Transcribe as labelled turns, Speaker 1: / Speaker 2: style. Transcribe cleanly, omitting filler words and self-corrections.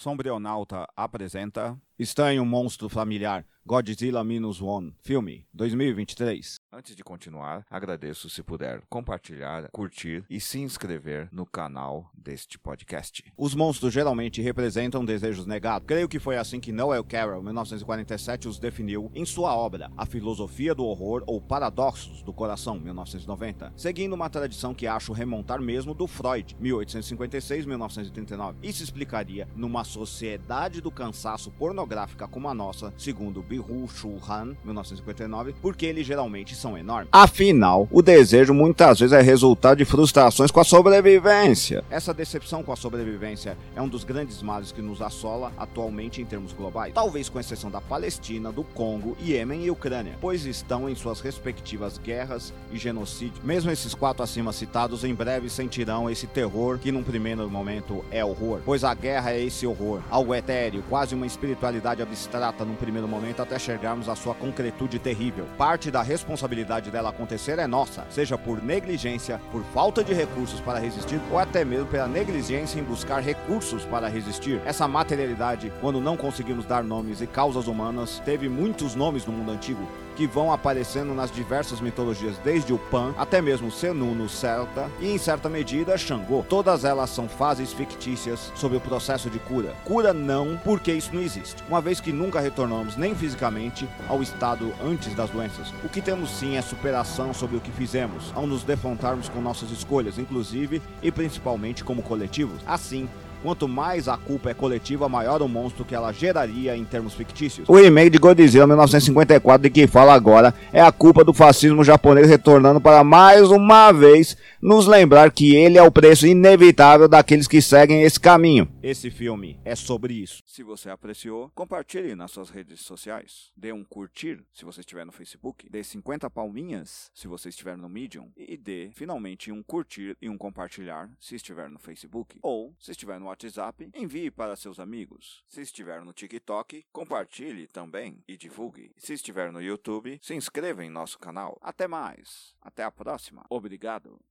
Speaker 1: Sombrionauta apresenta Estranho Monstro Familiar, Godzilla Minus One, filme, 2023. Antes de continuar, agradeço se puder compartilhar, curtir e se inscrever no canal deste podcast. Os monstros geralmente representam desejos negados. Creio que foi assim que Noel Carroll, 1947, os definiu em sua obra A Filosofia do Horror ou Paradoxos do Coração, 1990, seguindo uma tradição que acho remontar mesmo do Freud, 1856-1939. Isso explicaria numa sociedade do cansaço pornográfica como a nossa, segundo Byung-Chul Han, 1959, porque eles geralmente são enormes. Afinal, o desejo muitas vezes é resultado de frustrações com a sobrevivência. Essa decepção com a sobrevivência é um dos grandes males que nos assola atualmente em termos globais, talvez com exceção da Palestina, do Congo, Iêmen e Ucrânia, pois estão em suas respectivas guerras e genocídio. Mesmo esses quatro acima citados em breve sentirão esse terror que num primeiro momento é horror, pois a guerra é esse horror, algo etéreo, quase uma espiritualidade abstrata num primeiro momento até chegarmos à sua concretude terrível. Parte da responsabilidade dela acontecer é nossa, seja por negligência, por falta de recursos para resistir ou até mesmo pela negligência em buscar recursos para resistir. Essa materialidade, quando não conseguimos dar nomes e causas humanas, teve muitos nomes no mundo antigo que vão aparecendo nas diversas mitologias, desde o Pan até mesmo Senu no Celta e em certa medida Xangô. Todas elas são fases fictícias sobre o processo de cura. Cura não, porque isso não existe, uma vez que nunca retornamos nem fisicamente ao estado antes das doenças. O que temos sim é superação sobre o que fizemos, ao nos defrontarmos com nossas escolhas, inclusive e principalmente como coletivos. Assim, quanto mais a culpa é coletiva, maior o monstro que ela geraria em termos fictícios. O remake de Godzilla 1954 de que fala agora é a culpa do fascismo japonês retornando para mais uma vez nos lembrar que ele é o preço inevitável daqueles que seguem esse caminho. Esse filme é sobre isso. Se você apreciou, compartilhe nas suas redes sociais. Dê um curtir se você estiver no Facebook. Dê 50 palminhas se você estiver no Medium. E dê finalmente um curtir e um compartilhar se estiver no Facebook. Ou, se estiver no WhatsApp, envie para seus amigos. Se estiver no TikTok, compartilhe também e divulgue. Se estiver no YouTube, se inscreva em nosso canal. Até mais. Até a próxima. Obrigado.